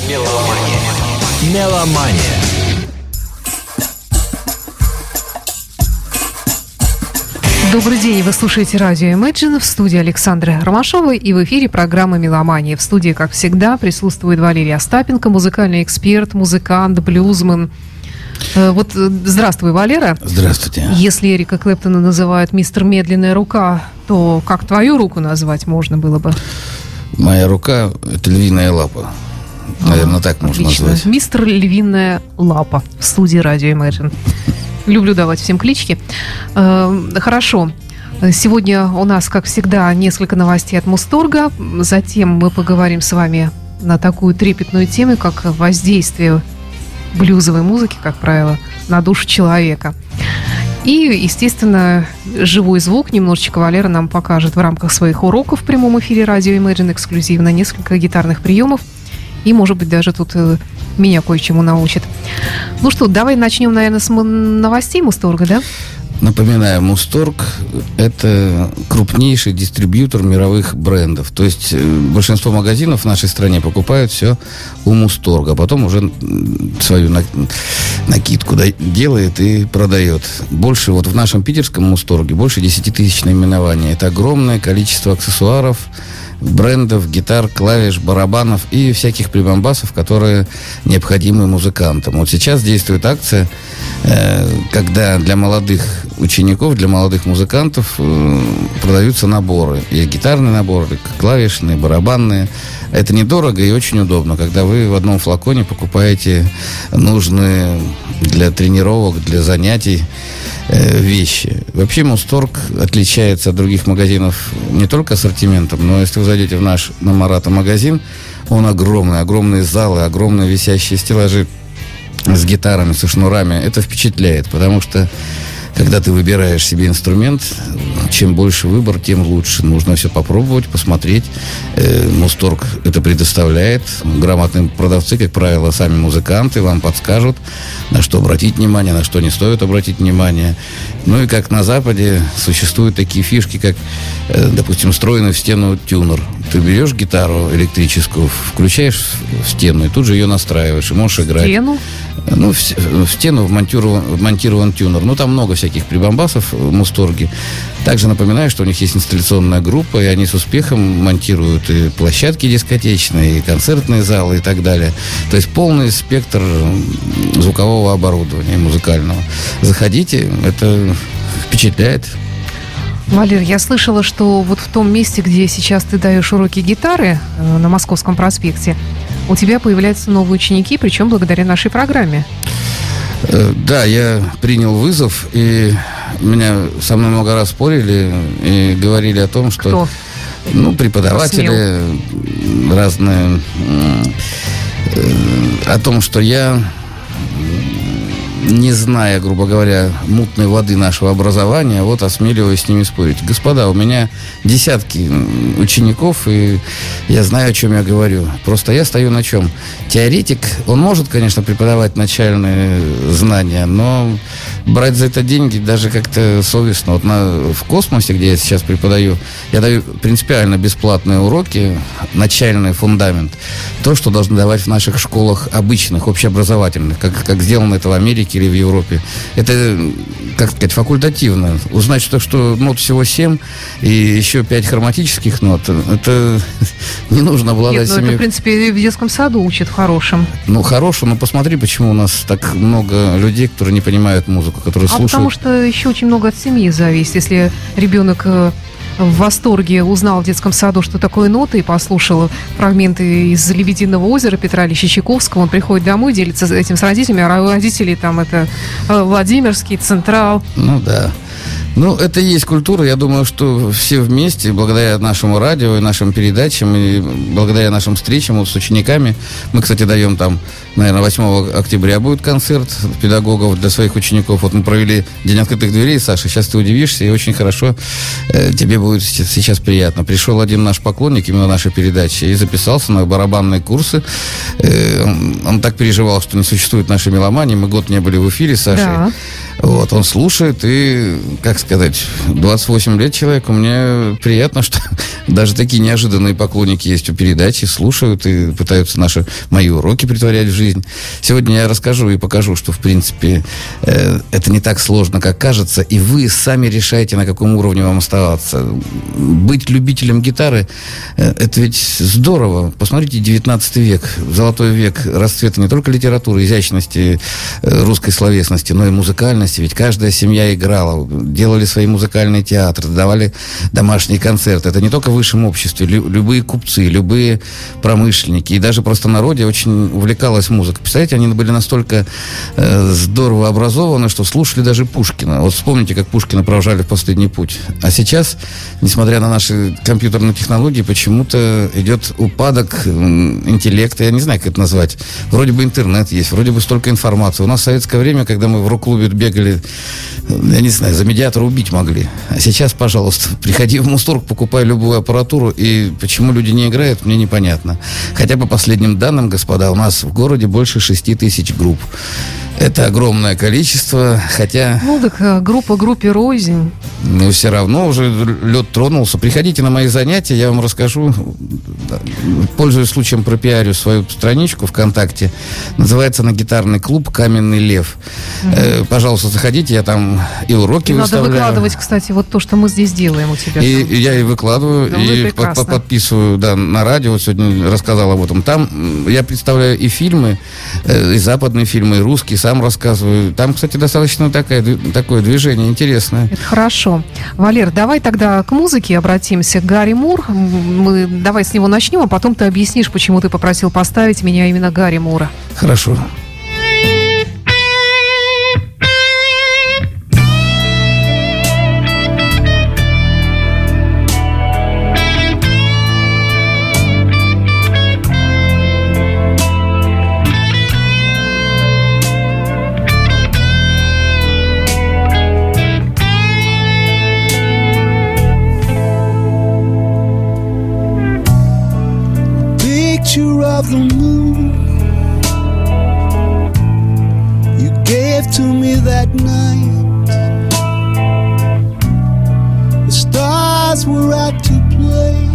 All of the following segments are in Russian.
Меломания. Добрый день, вы слушаете радио Imagine, в студии Александра Ромашова и в эфире программа «Меломания». В студии, как всегда, присутствует Валерий Остапенко, музыкальный эксперт, музыкант, блюзмен. Вот, здравствуй, Валера. Здравствуйте. Если Эрика Клэптона называют мистер Медленная рука, то как твою руку назвать можно было бы? Моя рука – это львиная лапа. Наверное, так можно назвать. Мистер Львиная лапа в студии радио Imagine. Люблю давать всем клички. Хорошо. Сегодня у нас, как всегда, несколько новостей от Музторга. Затем мы поговорим с вами на такую трепетную тему, как воздействие блюзовой музыки, как правило, на душу человека. И, естественно, живой звук немножечко Валера нам покажет в рамках своих уроков в прямом эфире радио Imagine эксклюзивно несколько гитарных приемов. И, может быть, даже тут меня кое-чему научит. Ну что, давай начнем, наверное, с новостей Музторга, да? Напоминаю, Музторг – это крупнейший дистрибьютор мировых брендов. То есть большинство магазинов в нашей стране покупают все у Музторга, а потом уже свою накидку делает и продает. Больше, вот в нашем питерском Музторге больше 10 тысяч наименований. Это огромное количество аксессуаров, брендов, гитар, клавиш, барабанов и всяких прибамбасов, которые необходимы музыкантам. Вот сейчас действует акция, когда для молодых учеников, для молодых музыкантов продаются наборы. Есть гитарные наборы, клавишные, барабанные. Это недорого и очень удобно, когда вы в одном флаконе покупаете нужные для тренировок, для занятий вещи. Вообще Музторг отличается от других магазинов не только ассортиментом, но если вы зайдете в наш на Марата магазин, он огромный, огромные залы, огромные висящие стеллажи с гитарами, со шнурами. Это впечатляет, потому что когда ты выбираешь себе инструмент, чем больше выбор, тем лучше. Нужно все попробовать, посмотреть. Музторг это предоставляет. Грамотные продавцы, как правило, сами музыканты вам подскажут, на что обратить внимание, на что не стоит обратить внимание. Ну и как на Западе существуют такие фишки, как, допустим, встроенный в стену тюнер. Ты берешь гитару электрическую, включаешь в стену и тут же ее настраиваешь, и можешь играть. Стену? Ну, в стену вмонтирован тюнер. Ну, там много всяких прибамбасов в Музторге. Также напоминаю, что у них есть инсталляционная группа, и они с успехом монтируют и площадки дискотечные, и концертные залы, и так далее. То есть полный спектр звукового оборудования музыкального. Заходите, это впечатляет. Валер, я слышала, что вот в том месте, где сейчас ты даешь уроки гитары, на Московском проспекте, у тебя появляются новые ученики, причем благодаря нашей программе. Да, я принял вызов, и со мной много раз спорили и говорили о том, что... Кто? Ну, преподаватели разные, о том, что я, не зная, грубо говоря, мутной воды нашего образования, вот осмеливаюсь с ними спорить. Господа, у меня десятки учеников, и я знаю, о чем я говорю. Просто я стою на чем? Теоретик, он может, конечно, преподавать начальные знания, но брать за это деньги даже как-то совестно. Вот в космосе, где я сейчас преподаю, я даю принципиально бесплатные уроки, начальный фундамент. То, что должны давать в наших школах обычных, общеобразовательных, как сделано это в Америке или в Европе. Это, как сказать, факультативно. Узнать, что нот всего 7 и еще 5 хроматических нот, это не нужно обладать это, в принципе, в детском саду учат хорошим. Ну, хорошим, но посмотри, почему у нас так много людей, которые не понимают музыку, которые слушают. Потому что еще очень много от семьи зависит. Если ребенок в восторге узнал в детском саду, что такое ноты, и послушал фрагменты из «Лебединого озера» Петра Ильича Чайковского, он приходит домой, делится этим с родителями, а родители там это Владимирский, Централ. Ну да. Ну, это и есть культура. Я думаю, что все вместе, благодаря нашему радио и нашим передачам, и благодаря нашим встречам вот с учениками, мы, кстати, даем там, наверное, 8 октября будет концерт педагогов для своих учеников. Вот мы провели День открытых дверей, Саша, сейчас ты удивишься, и очень хорошо, тебе будет сейчас приятно. Пришел один наш поклонник именно нашей передачи и записался на барабанные курсы. Он так переживал, что не существует нашей меломании. Мы год не были в эфире с Сашей. Да. Вот, он слушает, и, как сказать, 28 лет человеку, мне приятно, что даже такие неожиданные поклонники есть у передачи, слушают и пытаются мои уроки притворять в жизнь. Сегодня я расскажу и покажу, что, в принципе, это не так сложно, как кажется, и вы сами решаете, на каком уровне вам оставаться. Быть любителем гитары, это ведь здорово. Посмотрите, 19 век, золотой век расцвета не только литературы, изящности, русской словесности, но и музыкальности. Ведь каждая семья играла, делали свои музыкальные театры, давали домашние концерты. Это не только в высшем обществе. Любые купцы, любые промышленники и даже простонародье очень увлекалась музыкой. Представляете, они были настолько здорово образованы, что слушали даже Пушкина. Вот вспомните, как Пушкина провожали в последний путь. А сейчас, несмотря на наши компьютерные технологии, почему-то идет упадок интеллекта. Я не знаю, как это назвать. Вроде бы интернет есть, вроде бы столько информации. У нас в советское время, когда мы в рок-клубе бегали, я не знаю, за медиатора убить могли. А сейчас, пожалуйста, приходи в Мусторг, покупай любую аппаратуру. И почему люди не играют, мне непонятно. Хотя по последним данным, господа, у нас в городе больше 6 тысяч групп. Это огромное количество, хотя... Ну, так группа группе рознь. Но все равно уже лед тронулся. Приходите на мои занятия, я вам расскажу. Пользуясь случаем, пропиарю свою страничку ВКонтакте. Называется она «Гитарный клуб «Каменный лев». Пожалуйста, заходите, я там и уроки выставляю. Надо выкладывать, кстати, вот то, что мы здесь делаем у тебя. И я и выкладываю, ну, и подписываю, да, на радио. Вот сегодня рассказал об этом. Там я представляю и фильмы, и западные фильмы, и русские, сам рассказываю. Там, кстати, достаточно такое движение интересное. Это хорошо. Валер, давай тогда к музыке обратимся. Гарри Мур. Давай с него начнем, а потом ты объяснишь, почему ты попросил поставить меня именно Гарри Мура. Хорошо. Of the moon you gave to me that night, the stars were out to play,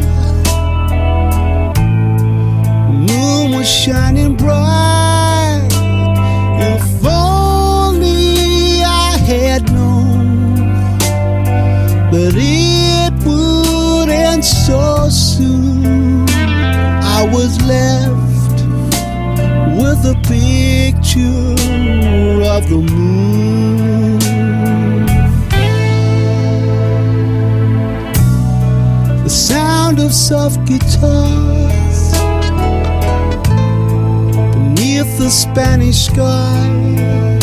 the moon was shining bright. If only I had known that it would end so soon. I was left with a picture of the moon. The sound of soft guitars beneath the Spanish skies,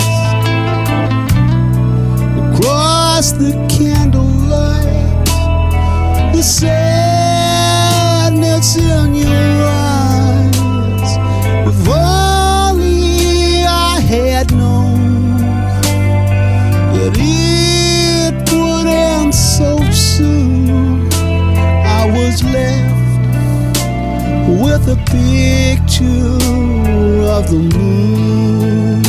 across the candlelight, the sadness in your eyes. If only I had known that it would end so soon. I was left with a picture of the moon.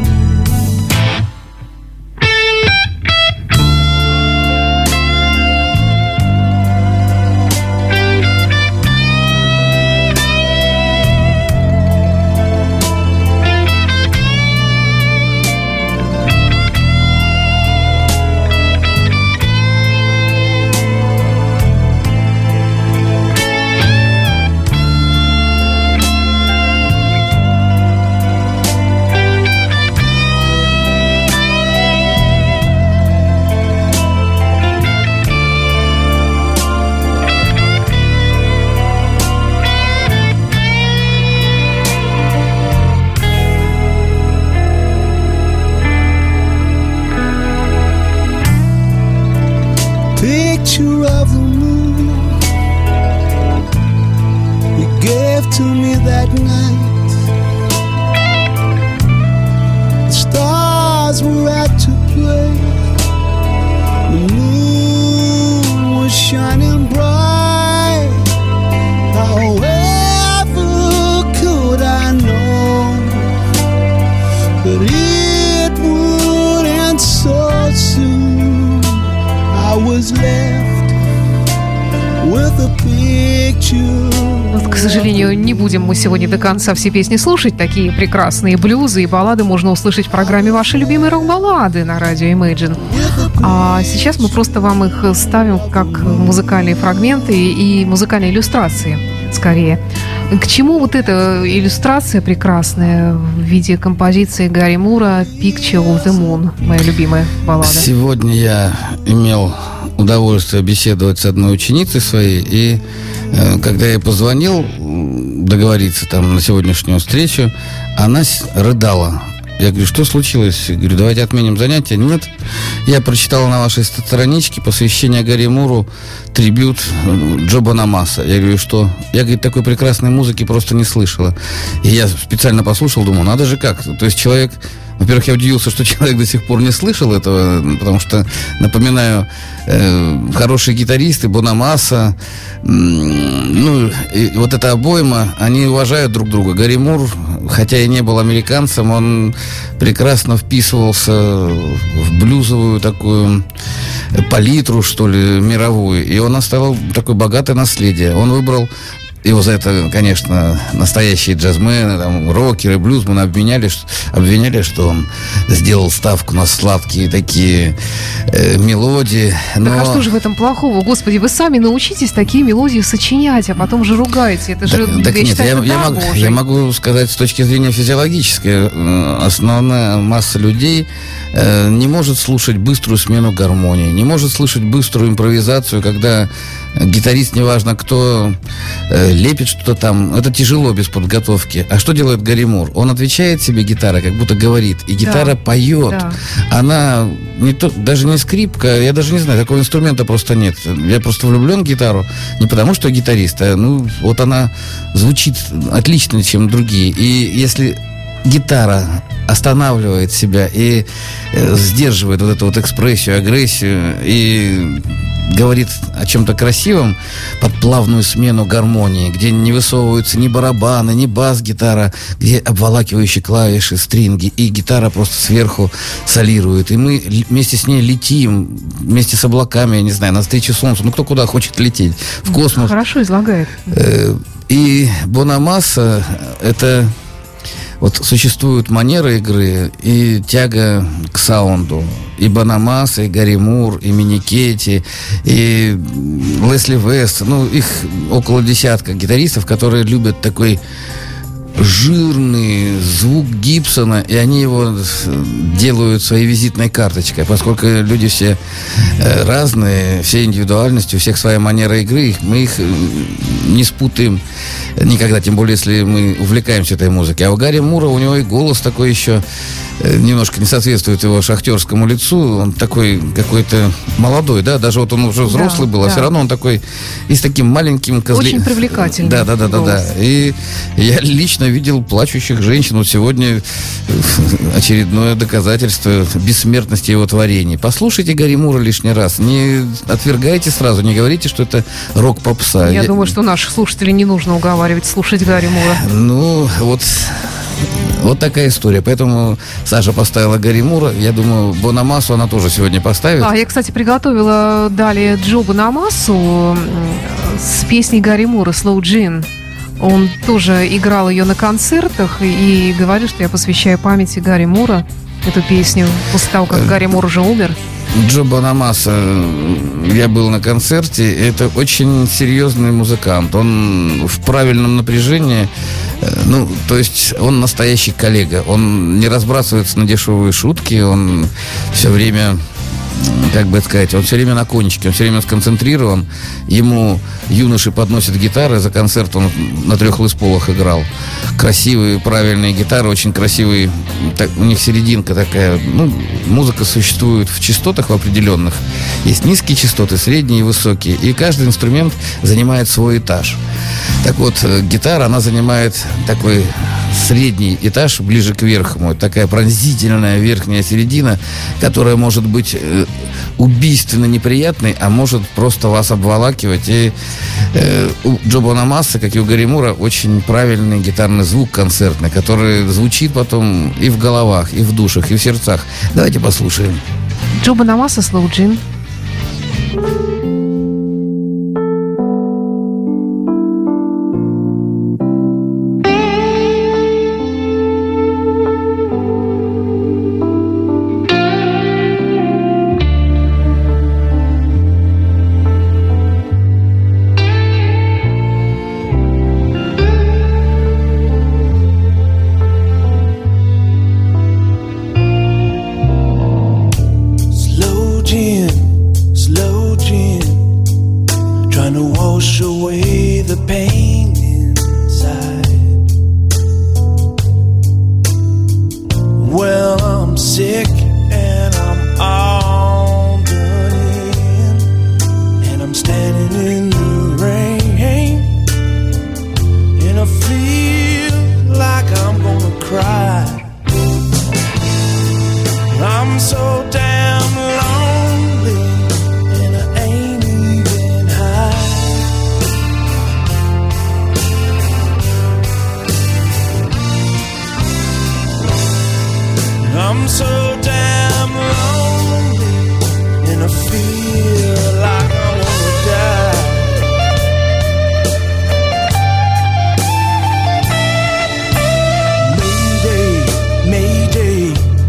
Picture of the moon you gave to me that night. The stars were out to play. The moon was shining bright. However could I know that it would end so не будем мы сегодня до конца все песни слушать. Такие прекрасные блюзы и баллады можно услышать в программе «Ваши любимые рок-баллады» на радио Imagine. А сейчас мы просто вам их ставим как музыкальные фрагменты и музыкальные иллюстрации, скорее. К чему вот эта иллюстрация прекрасная в виде композиции Гарри Мура «Picture of the Moon», моя любимая баллада? Сегодня я имел удовольствие беседовать с одной ученицей своей, и когда я позвонил договориться там на сегодняшнюю встречу, она рыдала. Я говорю, что случилось? Я говорю, давайте отменим занятия. Нет, я прочитал на вашей страничке посвящение Гарри Муру трибют Джо Бонамасса. Я говорю, что? Я, говорит, такой прекрасной музыки просто не слышала. И я специально послушал, думаю, надо же как. То есть человек... Во-первых, я удивился, что человек до сих пор не слышал этого, потому что, напоминаю, хорошие гитаристы, Бонамасса, ну, и вот эта обойма, они уважают друг друга. Гарри Мур, хотя и не был американцем, он прекрасно вписывался в блюзовую такую палитру, что ли, мировую, и он оставил такое богатое наследие. Он выбрал... Его за это, конечно, настоящие джазмены, там, рокеры, блюзмены обвиняли, что он сделал ставку на сладкие такие мелодии. Но... Так а что же в этом плохого? Господи, вы сами научитесь такие мелодии сочинять, а потом же ругаете. Это же, так нет, я могу сказать с точки зрения физиологической. Основная масса людей не может слушать быструю смену гармонии, не может слышать быструю импровизацию, когда гитарист, неважно кто, лепит что-то там. Это тяжело без подготовки. А что делает Гарри Мур? Он отвечает себе гитара, как будто говорит. И гитара поет. Да. Она даже не скрипка. Я даже не знаю, такого инструмента просто нет. Я просто влюблен в гитару. Не потому, что я гитарист, а вот она звучит отлично, чем другие. И если гитара останавливает себя и сдерживает вот эту вот экспрессию, агрессию и говорит о чем-то красивом под плавную смену гармонии, где не высовываются ни барабаны, ни бас-гитара, где обволакивающие клавиши, стринги, и гитара просто сверху солирует. И мы вместе с ней летим, вместе с облаками, я не знаю, навстречу солнцу. Кто куда хочет лететь? В космос. Хорошо излагает. И Бонамасса — это... Вот существуют манеры игры и тяга к саунду. И Бонамасса, и Гарри Мур, и Миникетти, и Лесли Вест. Их около десятка гитаристов, которые любят такой жирный звук Гибсона, и они его делают своей визитной карточкой. Поскольку люди все разные, все индивидуальности, у всех своя манера игры, мы их не спутаем никогда, тем более, если мы увлекаемся этой музыкой. А у Гарри Мура, у него и голос такой еще немножко не соответствует его шахтерскому лицу. Он такой какой-то молодой, да, даже вот он уже взрослый был, а все равно он такой и с таким маленьким Очень привлекательный. Да. И я лично видел плачущих женщин. Вот сегодня очередное доказательство бессмертности его творений. Послушайте Гарри Мура лишний раз. Не отвергайте сразу, не говорите, что это рок-попса. Я думаю, что наших слушателей не нужно уговаривать слушать Гарри Мура. Вот такая история. Поэтому Саша поставила Гарри Мура. Я думаю, Бонамассу она тоже сегодня поставит. Я, кстати, приготовила далее Джо Бонамассу с песней Гарри Мура «Slow Gin». Он тоже играл ее на концертах и говорит, что я посвящаю памяти Гарри Мура эту песню после того, как Гарри Мур уже умер. Джо Бонамасса, я был на концерте, это очень серьезный музыкант. Он в правильном напряжении, то есть он настоящий коллега. Он не разбрасывается на дешевые шутки, он все время... Как бы сказать, он все время на кончике, он все время сконцентрирован. Ему юноши подносят гитары, за концерт он на 3 лес-полах играл. Красивые, правильные гитары, очень красивые. У них серединка такая. Музыка существует в частотах в определенных. Есть низкие частоты, средние и высокие. И каждый инструмент занимает свой этаж. Так вот, гитара, она занимает такой средний этаж, ближе к верхнему. Такая пронзительная верхняя середина, которая может быть убийственно неприятной, а может просто вас обволакивать. И у Джо Бонамасса, как и у Гарри Мура, очень правильный гитарный звук концертный, который звучит потом и в головах, и в душах, и в сердцах. Давайте послушаем. Джо Бонамасса «Slow Gin». I'm so damn lonely, and I feel like I wanna die. Mayday, Mayday,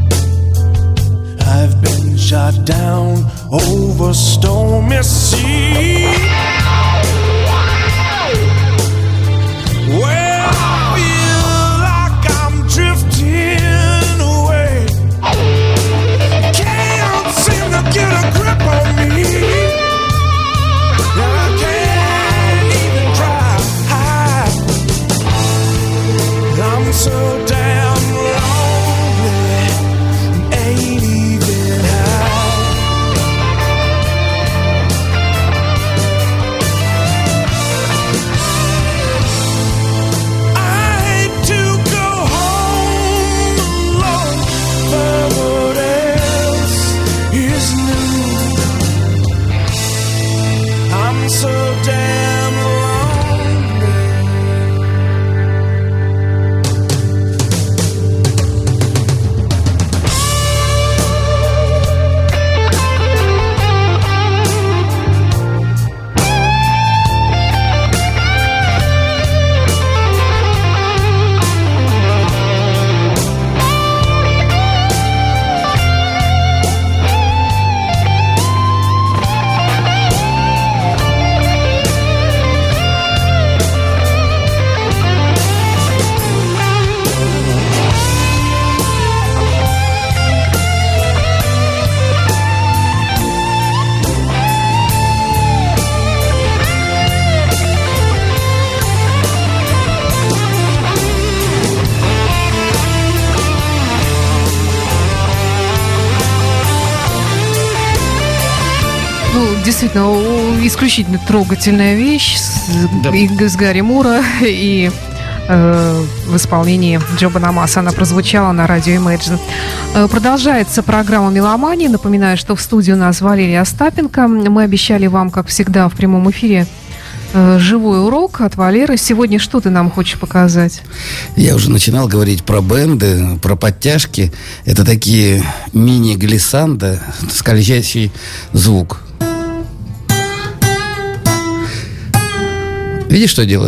I've been shot down over stormy sea. Well, I feel like I'm drifting away. Can't seem to get a grip on me. And I can't even try. I'm so damn lonely, ain't even high. So damn lonely. Действительно, исключительно трогательная вещь с Гарри Мура и в исполнении Джо Бонамасса. Она прозвучала на радио Imagine. Продолжается программа «Меломания». Напоминаю, что в студии у нас Валерия Остапенко. Мы обещали вам, как всегда, в прямом эфире живой урок от Валеры. Сегодня что ты нам хочешь показать? Я уже начинал говорить про бенды, про подтяжки. Это такие мини-глиссандо, скользящий звук. Видишь, что я делаю?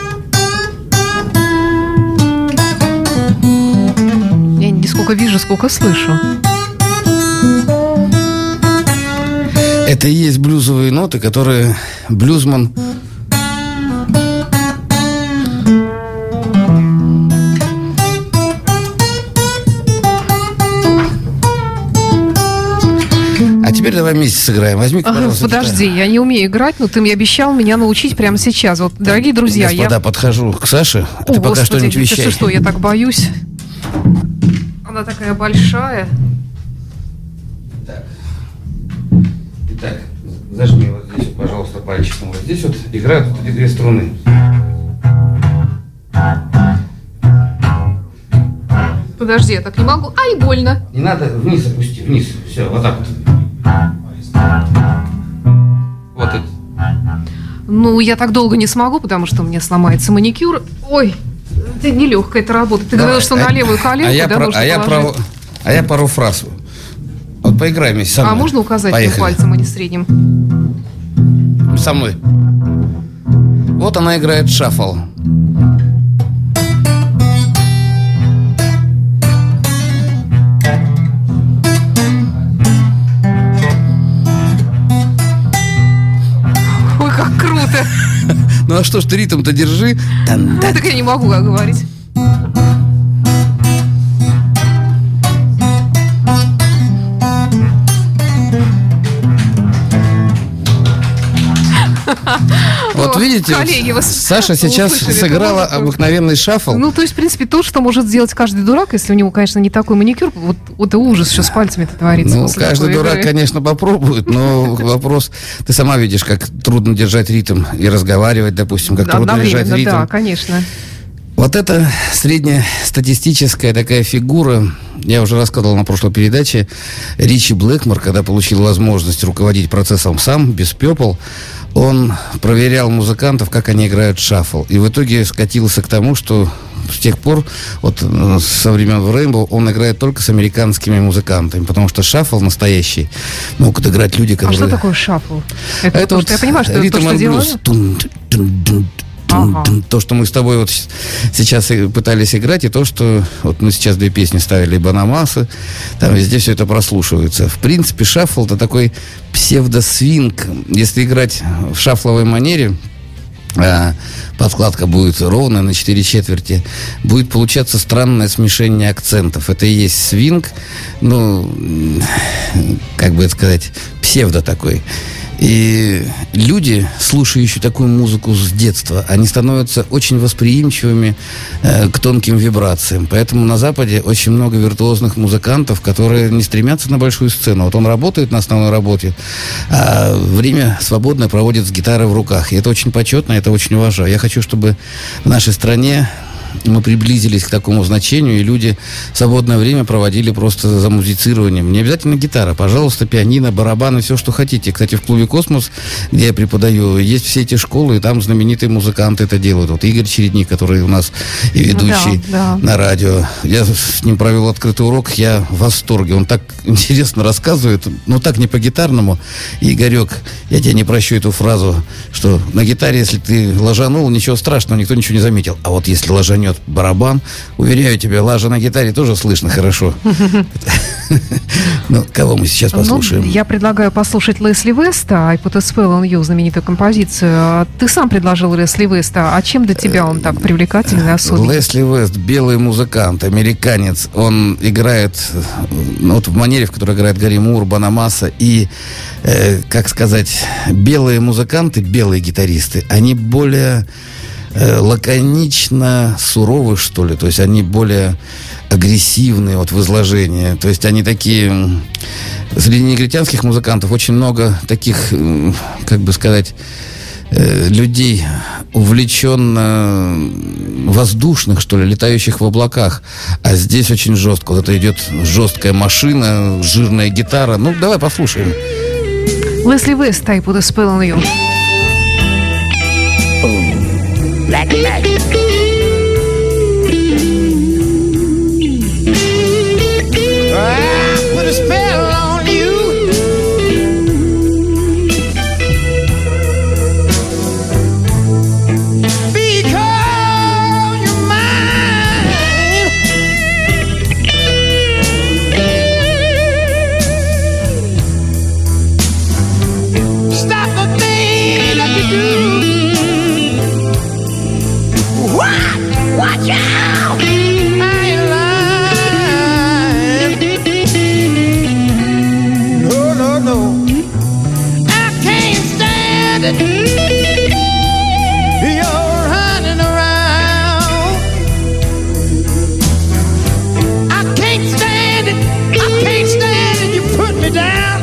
Я не сколько вижу, сколько слышу. Это и есть блюзовые ноты, которые блюзман теперь давай вместе сыграем. Возьми-ка, пожалуйста, подожди, гитару. Я не умею играть, но ты мне обещал меня научить прямо сейчас. Вот, дорогие друзья, Господа, подхожу к Саше. О, ты пока Господи, что-нибудь вещай. ты что, я так боюсь. Она такая большая. Итак, зажми вот здесь, пожалуйста, пальчиком. Вот здесь вот играют вот эти две струны. Подожди, я так не могу. Ай, больно. Не надо, вниз опусти, вниз. Все, вот так вот. Вот это. Ну, я так долго не смогу, потому что у меня сломается маникюр. Ой, это нелегкая эта работа. Ты говорил, что на левую коленку, я пару фраз. Вот поиграй вместе со мной. А можно указательным пальцем, а не средним? Со мной. Вот она играет шаффл. Ой, как круто. Ну а что ж, ты ритм-то держи. Так я не могу говорить. Вот видите, коллеги, Саша сейчас сыграла обыкновенный шаффл. Ну, то есть, в принципе, то, что может сделать каждый дурак, если у него, конечно, не такой маникюр. Вот это ужас, что с пальцами-то творится. Ну, каждый дурак, конечно, попробует, но вопрос... Ты сама видишь, как трудно держать ритм и разговаривать, допустим, как трудно держать ритм. Да, конечно. Вот это среднестатистическая такая фигура, я уже рассказывал на прошлой передаче, Ричи Блэкмор, когда получил возможность руководить процессом сам, без People, он проверял музыкантов, как они играют шаффл. И в итоге скатился к тому, что с тех пор, вот со времен Rainbow, он играет только с американскими музыкантами, потому что шаффл настоящий могут играть люди, которые... А что такое шаффл? Это то, вот что я понимаю, что это то, ритм что and делали? блюз. Ага. То, что мы с тобой вот сейчас и пытались играть, и то, что вот мы сейчас 2 песни ставили Банамаса, там везде все это прослушивается. В принципе, шаффл — это такой псевдосвинг. Если играть в шаффловой манере, подкладка будет ровная на 4/4, будет получаться странное смешение акцентов. Это и есть свинг, ну, как бы это сказать, псевдо такой. И люди, слушающие такую музыку с детства, они становятся очень восприимчивыми к тонким вибрациям. Поэтому на Западе очень много виртуозных музыкантов, которые не стремятся на большую сцену. Вот он работает на основной работе, а время свободное проводит с гитарой в руках. И это очень почетно, это очень уважаю. Я хочу, чтобы в нашей стране мы приблизились к такому значению, и люди свободное время проводили просто за музицированием. Не обязательно гитара, пожалуйста, пианино, барабаны, все, что хотите. Кстати, в клубе «Космос», где я преподаю, есть все эти школы, и там знаменитые музыканты это делают. Вот Игорь Чередник, который у нас и ведущий на радио. Я с ним провел открытый урок, я в восторге. Он так интересно рассказывает, но так не по-гитарному. И, Игорек, я тебе не прощу эту фразу, что на гитаре, если ты ложанул, ничего страшного, никто ничего не заметил. А вот если ложанет барабан, уверяю тебя, лажа на гитаре тоже слышно хорошо. Ну, кого мы сейчас послушаем? Я предлагаю послушать Лесли Веста, I Put a Spell on You, знаменитую композицию. Ты сам предложил Лесли Веста. А чем для тебя он так привлекательный, особенный? Лесли Вест, белый музыкант, американец. Он играет вот в манере, в которой играет Гарри Мур, Банамаса. И, как сказать, белые музыканты, белые гитаристы, они более лаконично суровы, что ли. То есть они более агрессивные вот в изложении. То есть они такие... Среди негритянских музыкантов очень много таких, как бы сказать, людей увлеченно воздушных, что ли, летающих в облаках. А здесь очень жестко. Вот это идет жесткая машина, жирная гитара. Ну, давай послушаем. Лесли Вест, I Put a Spell on You. Black magic. I put a spell on you. Because you're mine. Stop the thing that you do. Watch out! I ain't lying. No, no, no. I can't stand it. You're running around. I can't stand it. I can't stand it. You put me down.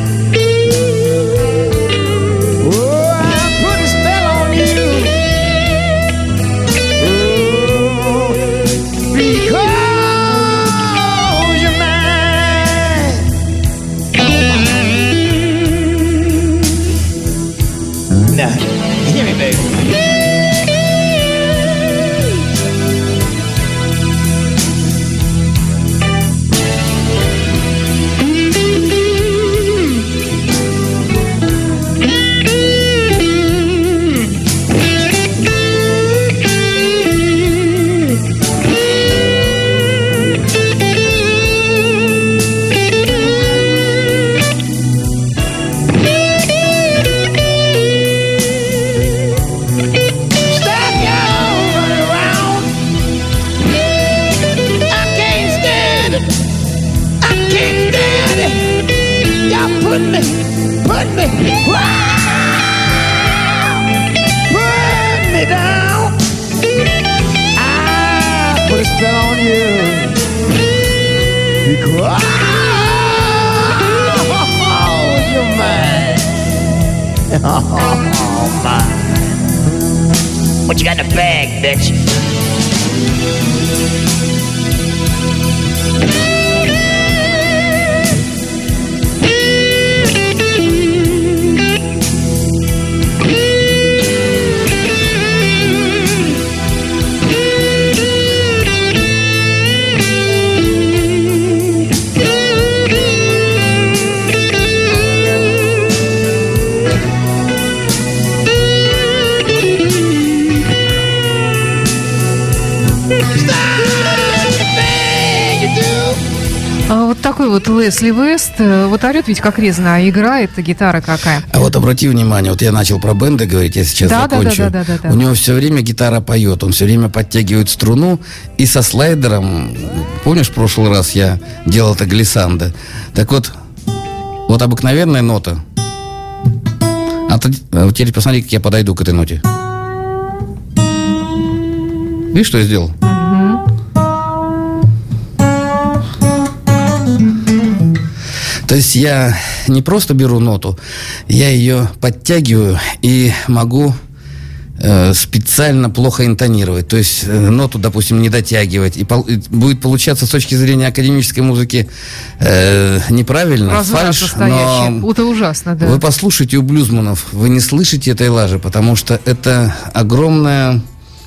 Oh, I put a spell on you. Hear me, baby. Oh, my. What you got in the bag, bitch? такой вот Лесли Вест. Вот орет ведь как резано, а играет гитара какая. А вот обрати внимание, вот я начал про бенды говорить, я сейчас закончу. Да. У него все время гитара поет, он все время подтягивает струну, и со слайдером, помнишь, в прошлый раз я делал это глиссандо? Так вот обыкновенная нота. А теперь посмотри, как я подойду к этой ноте. Видишь, что я сделал? То есть я не просто беру ноту, я ее подтягиваю и могу специально плохо интонировать. То есть ноту, допустим, не дотягивать. И будет получаться с точки зрения академической музыки неправильно, фальшь. Но это ужасно, да. Вы послушайте у блюзманов, вы не слышите этой лажи, потому что это огромное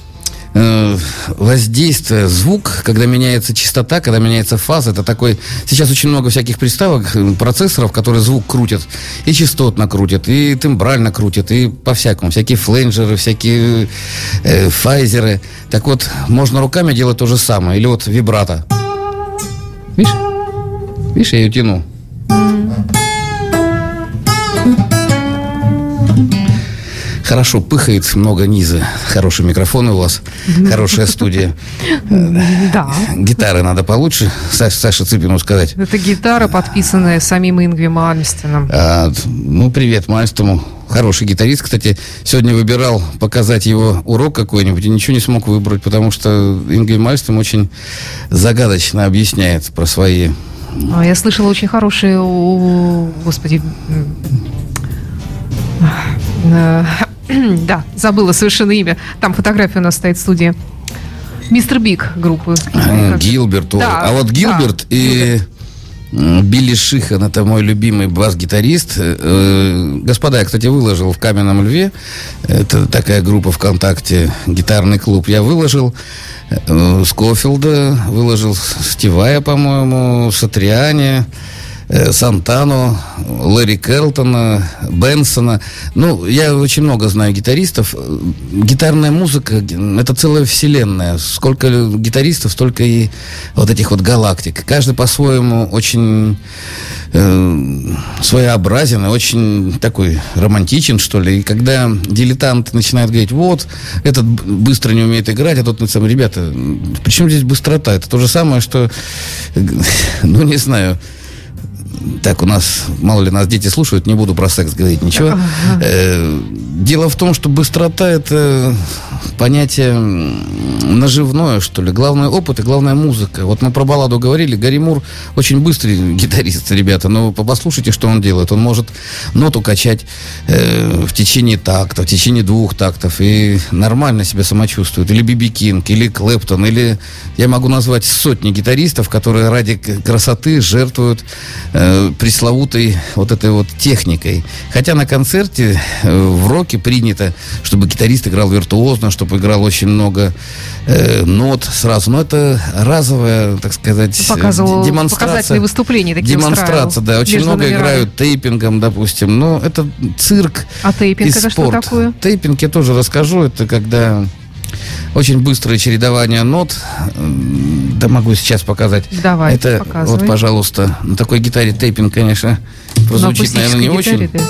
воздействие, звук, когда меняется частота, когда меняется фаза, это такой... Сейчас очень много всяких приставок, процессоров, которые звук крутят, и частотно крутят, и тембрально крутят, и по-всякому. Всякие фленджеры, всякие файзеры. Так вот, можно руками делать то же самое. Или вот вибрато. Видишь, я ее тяну. Хорошо, пыхает много низа. Хороший микрофон у вас, хорошая студия. Да. Гитары надо получше, Саше Цыпину сказать. Это гитара, подписанная самим Ингви Мальмстеном. Привет Мальмстену. Хороший гитарист, кстати. Сегодня выбирал показать его урок какой-нибудь и ничего не смог выбрать, потому что Ингви Мальмстен очень загадочно объясняет про свои... Я слышала очень хорошие... Господи... Да, забыла совершенно имя. Там фотография у нас стоит в студии. Мистер Биг группы. Гилберт. Да, а вот Гилберт и Билли Шихан, это мой любимый бас-гитарист. Господа, я, кстати, выложил в «Каменном льве». Это такая группа ВКонтакте, гитарный клуб. Я выложил Скофилда, выложил Стивая, по-моему, Сатриани, Сантану, Лэри Керлтона, Бенсона. Я очень много знаю гитаристов. Гитарная музыка — это целая вселенная. Сколько гитаристов, столько и вот этих вот галактик. Каждый по-своему очень своеобразен и очень такой романтичен, что ли. И когда дилетант начинает говорить, вот, этот быстро не умеет играть, а тот, ребята, при чем здесь быстрота? Это то же самое, что, не знаю... Так, у нас, мало ли, нас дети слушают, не буду про секс говорить, ничего. Дело в том, что быстрота — это понятие наживное, что ли. Главный опыт и главная музыка. Вот мы про балладу говорили. Гарри Мур очень быстрый гитарист, ребята, но послушайте, что он делает. Он может ноту качать в течение такта, в течение 2 тактов, и нормально себя самочувствует. Или Би-Би Кинг, или Клэптон, или я могу назвать сотни гитаристов, которые ради красоты жертвуют пресловутой вот этой вот техникой. Хотя на концерте в роке принято, чтобы гитарист играл виртуозно, чтобы играл очень много нот сразу. Но это разовая, так сказать, демонстрация. Показательные выступления такие демонстрация, да. Очень много играют тейпингом, допустим. Но это цирк. А тейпинг — это что такое? Тейпинг я тоже расскажу. Это когда... Очень быстрое чередование нот. Да, могу сейчас показать. Давай, это показывай. Вот, пожалуйста. На такой гитаре тейпинг, конечно, прозвучит, наверное, не очень. Да.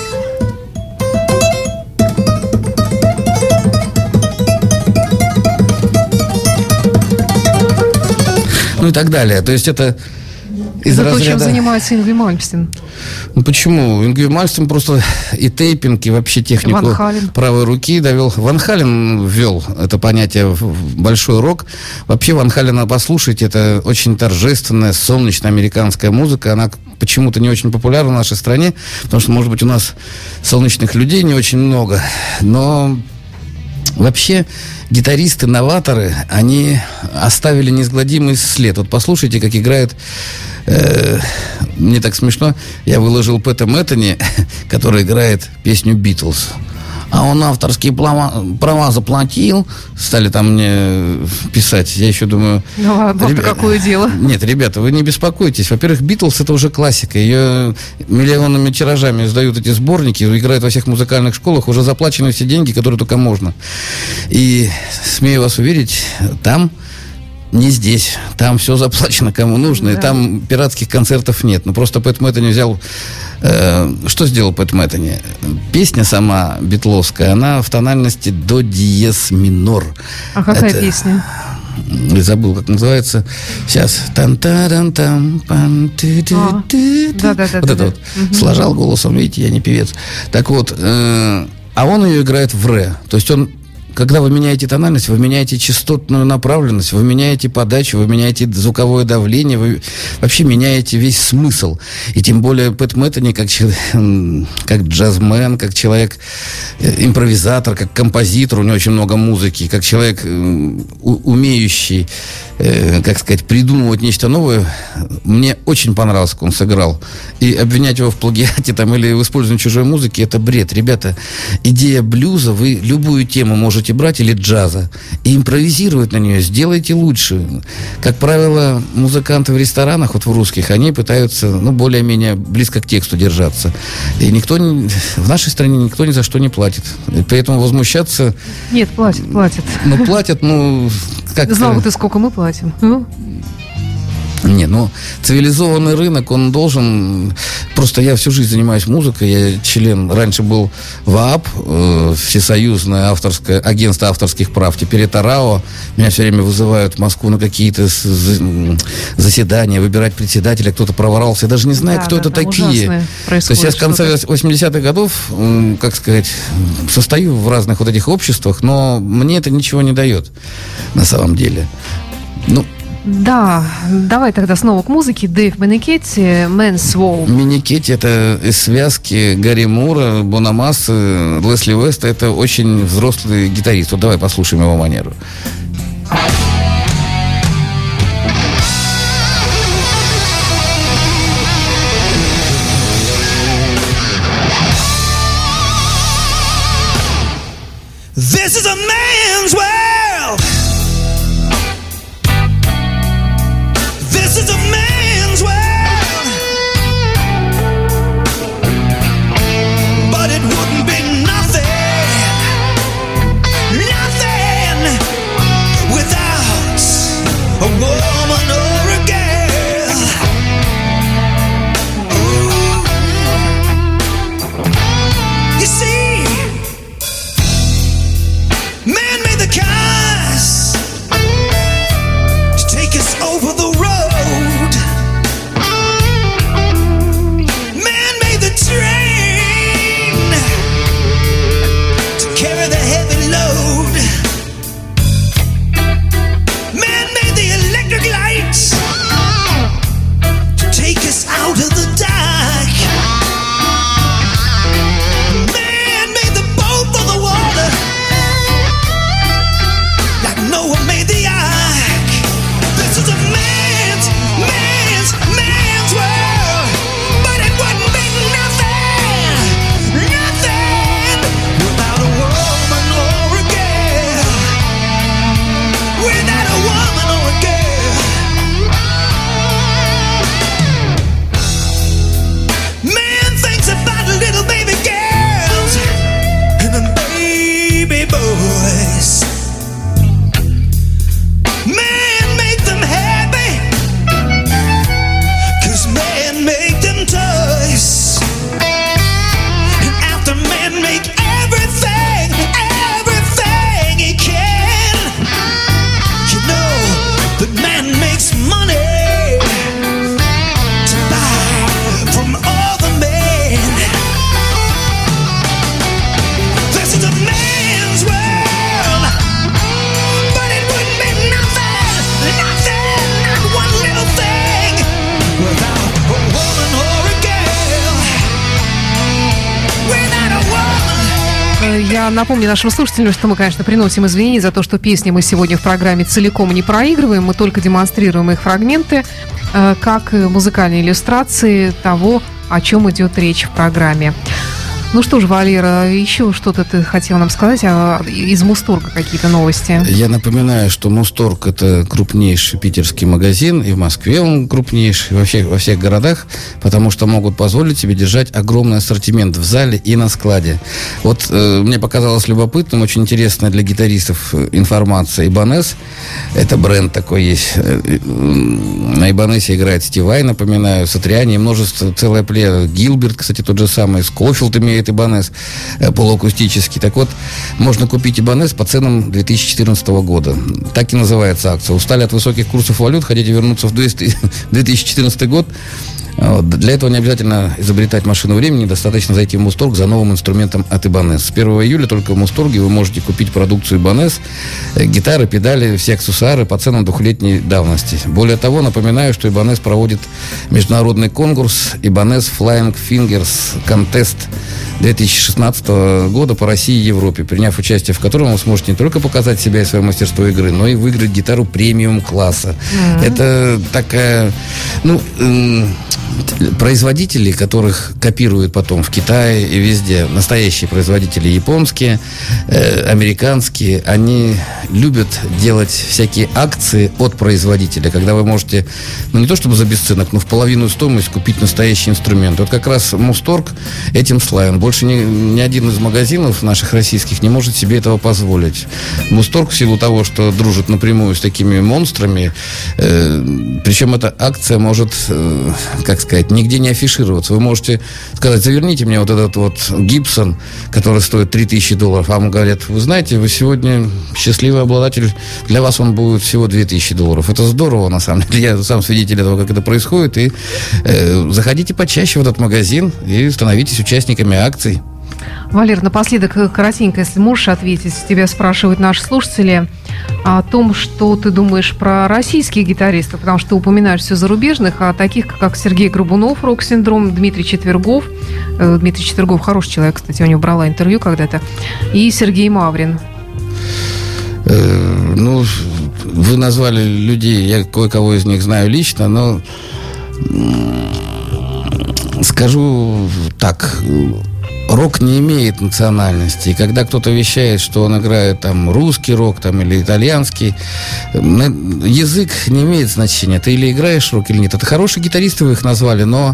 И так далее. То есть это из то, разряда... чем занимается Ингви Мальмстен. Почему? Ингви Мальмстен просто и тейпинг, и вообще технику правой руки довел. Ван Хален ввел это понятие в большой рок. Вообще Ван Халена послушать, это очень торжественная, солнечная американская музыка. Она почему-то не очень популярна в нашей стране, потому что, может быть, у нас солнечных людей не очень много. Но вообще гитаристы-новаторы, они оставили неизгладимый след. Вот послушайте, как играет... Мне так смешно. Я выложил Пэта Мэттани, который играет песню «Битлз». А он авторские права заплатил. Стали там мне писать. Я еще думаю... какое дело? Нет, ребята, вы не беспокойтесь. Во-первых, «Битлз» — это уже классика. Ее миллионными тиражами издают эти сборники, играют во всех музыкальных школах. Уже заплачены все деньги, которые только можно. И, смею вас уверить, там не здесь. Там все заплачено кому нужно, Да. и там пиратских концертов нет. Ну, просто Пэт Мэттани взял... что сделал Пэт Мэттани? Песня сама битловская, она в тональности до диез минор. А какая Это- песня? Я забыл, как называется. Сейчас. Тан-таран-там, пан-ты-ты-ты-ты. Да-да-да-да-да. Вот это вот. Сложал голосом, видите, я не певец. Так вот, а он ее играет в ре. То есть он, когда вы меняете тональность, вы меняете частотную направленность, вы меняете подачу, вы меняете звуковое давление, вы вообще меняете весь смысл. И тем более Пэт Мэттани как джазмен, как человек, импровизатор, как композитор, у него очень много музыки, как человек, умеющий, как сказать, придумывать нечто новое, мне очень понравилось, как он сыграл. И обвинять его в плагиате там, или в использовании чужой музыки — это бред. Ребята, идея блюза, вы любую тему можете брать, или джаза, и импровизировать на нее, сделайте лучше. Как правило, музыканты в ресторанах, вот в русских, они пытаются, ну, более-менее близко к тексту держаться. И в нашей стране никто ни за что не платит. И поэтому возмущаться, Нет, платят. платят, как-то... Знал бы ты, сколько мы платим. Ну, Не, цивилизованный рынок, он должен... Просто я всю жизнь занимаюсь музыкой, я член... Раньше был ВААП, Всесоюзное агентство авторских прав, теперь это РАО. Меня все время вызывают в Москву на какие-то заседания, выбирать председателя, кто-то проворался. Я даже не знаю, да, кто это там такие. ужасное То есть происходит я с конца что-то. 80-х годов, как сказать, состою в разных вот этих обществах, но мне это ничего не дает на самом деле. Да, давай тогда снова к музыке. Дэйв Меникетти, Man's Walk. Миникетти — это из связки Гарри Мура, Бонамассы, Лесли Уэста. Это очень взрослый гитарист. Вот давай послушаем его манеру. This is a man's world. This is a man's world. But it wouldn't be nothing without a woman or a girl. Ooh. You see, man made the cars to take us over the road. Man made the train to carry the heavy load. Man made the electric lights to take us out of the dark. Man made the boat for the water, like Noah made the ark. This is a man's world, but it wouldn't be nothing without a woman or a girl. Without a woman or a girl. Man thinks about little baby girls and the baby boys. Man make them happy, 'cause man make them toys. And after man make everything he can, you know that man makes money to buy from other men. This is a man's world, but it wouldn't be nothing, not one little thing, without a woman or a girl. Without a woman. Я напомню нашим слушателям, что мы, конечно, приносим извинения за то, что песни мы сегодня в программе целиком не проигрываем, мы только демонстрируем их фрагменты, как музыкальные иллюстрации того, о чем идет речь в программе. Ну что ж, Валера, еще что-то ты хотел нам сказать из Мусторга, какие-то новости? Я напоминаю, что Мусторг — это крупнейший питерский магазин, и в Москве он крупнейший, во всех городах, потому что могут позволить себе держать огромный ассортимент в зале и на складе. Вот мне показалось любопытным, очень интересная для гитаристов информация. Ibanez — это бренд такой есть. На Ibanez играет Стив Vai, напоминаю, Сатриани, множество, целая плеяда. Гилберт, кстати, тот же самый, Скофилд имеет Ibanez полуакустический. Так вот, можно купить Ibanez по ценам 2014 года. Так и называется акция. Устали от высоких курсов валют, хотите вернуться в 2014 год? Для этого не обязательно изобретать машину времени, достаточно зайти в Мусторг за новым инструментом от Ibanez. С 1 июля только в Мусторге вы можете купить продукцию Ibanez, гитары, педали, все аксессуары по ценам двухлетней давности. Более того, напоминаю, что Ibanez проводит международный конкурс Ibanez Flying Fingers Contest 2016 года по России и Европе, приняв участие в котором вы сможете не только показать себя и свое мастерство игры, но и выиграть гитару премиум класса. Это такая, производители, которых копируют потом в Китае и везде, настоящие производители японские, американские, они любят делать всякие акции от производителя, когда вы можете, не то чтобы за бесценок, но в половину стоимость купить настоящий инструмент. Вот как раз Мусторг этим славен. Больше ни один из магазинов наших российских не может себе этого позволить. Мусторг, в силу того, что дружит напрямую с такими монстрами, причем эта акция может, нигде не афишироваться. Вы можете сказать: заверните мне вот этот вот Гибсон, который стоит $3000. А вам говорят: вы знаете, вы сегодня счастливый обладатель, для вас он будет всего $2000. Это здорово, на самом деле. Я сам свидетель этого, как это происходит. И заходите почаще в этот магазин и становитесь участниками акций. Валер, напоследок, коротенько, если можешь ответить, тебя спрашивают наши слушатели о том, что ты думаешь про российских гитаристов, потому что ты упоминаешь все зарубежных, а таких, как Сергей Горбунов, «Рок-синдром», Дмитрий Четвергов. Дмитрий Четвергов хороший человек, кстати, у него брала интервью когда-то. И Сергей Маврин. Вы назвали людей, я кое-кого из них знаю лично, но скажу так: рок не имеет национальности. И когда кто-то вещает, что он играет русский рок или итальянский, язык не имеет значения. Ты или играешь рок, или нет. Это хорошие гитаристы, вы их назвали, но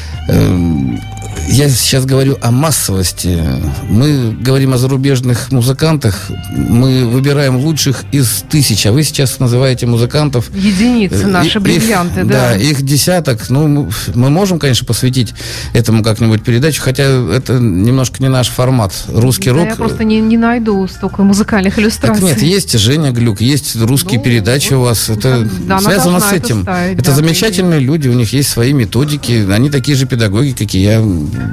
я сейчас говорю о массовости. Мы говорим о зарубежных музыкантах. Мы выбираем лучших из 1000. А вы сейчас называете музыкантов... Единицы, наши бриллианты, да. Да, их десяток. Мы можем, конечно, посвятить этому как-нибудь передачу, хотя это немножко не наш формат. Русский рок... Я просто не найду столько музыкальных иллюстраций. Так нет, есть Женя Глюк, есть русские передачи у вас. Это связано с этим. Это замечательные люди, у них есть свои методики. Они такие же педагоги, как и я.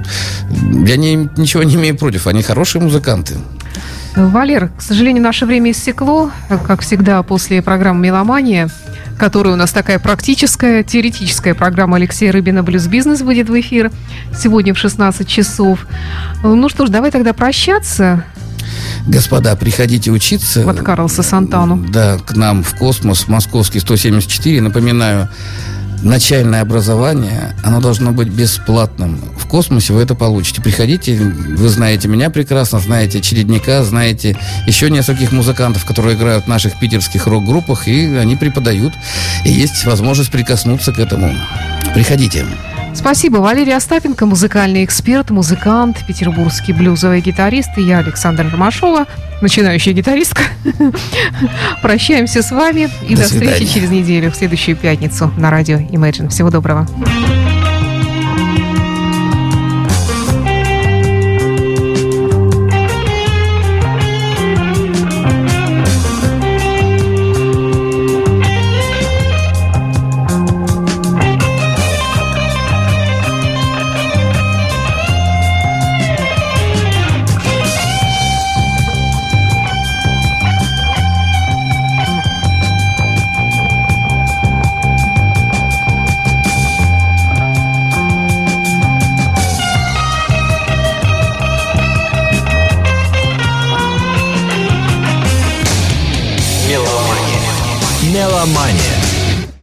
Я ничего не имею против. Они хорошие музыканты. Валер, к сожалению, наше время иссекло. Как всегда, после программы «Меломания», которая у нас такая практическая, теоретическая программа Алексея Рыбина «Блюз-бизнес» выйдет в эфир сегодня в 16 часов. Ну что ж, давай тогда прощаться. Господа, приходите учиться. От Карлса Сантану. Да, к нам в Космос, Московский 174. Напоминаю, начальное образование, оно должно быть бесплатным. В Космосе вы это получите. Приходите, вы знаете меня прекрасно, знаете Чередника, знаете еще нескольких музыкантов, которые играют в наших питерских рок-группах, и они преподают. И есть возможность прикоснуться к этому. Приходите. Спасибо. Валерий Остапенко, музыкальный эксперт, музыкант, петербургский блюзовый гитарист, и я, Александра Ромашова, начинающая гитаристка. Прощаемся с вами и до встречи через неделю, в следующую пятницу на радио Imagine. Всего доброго. Меломания.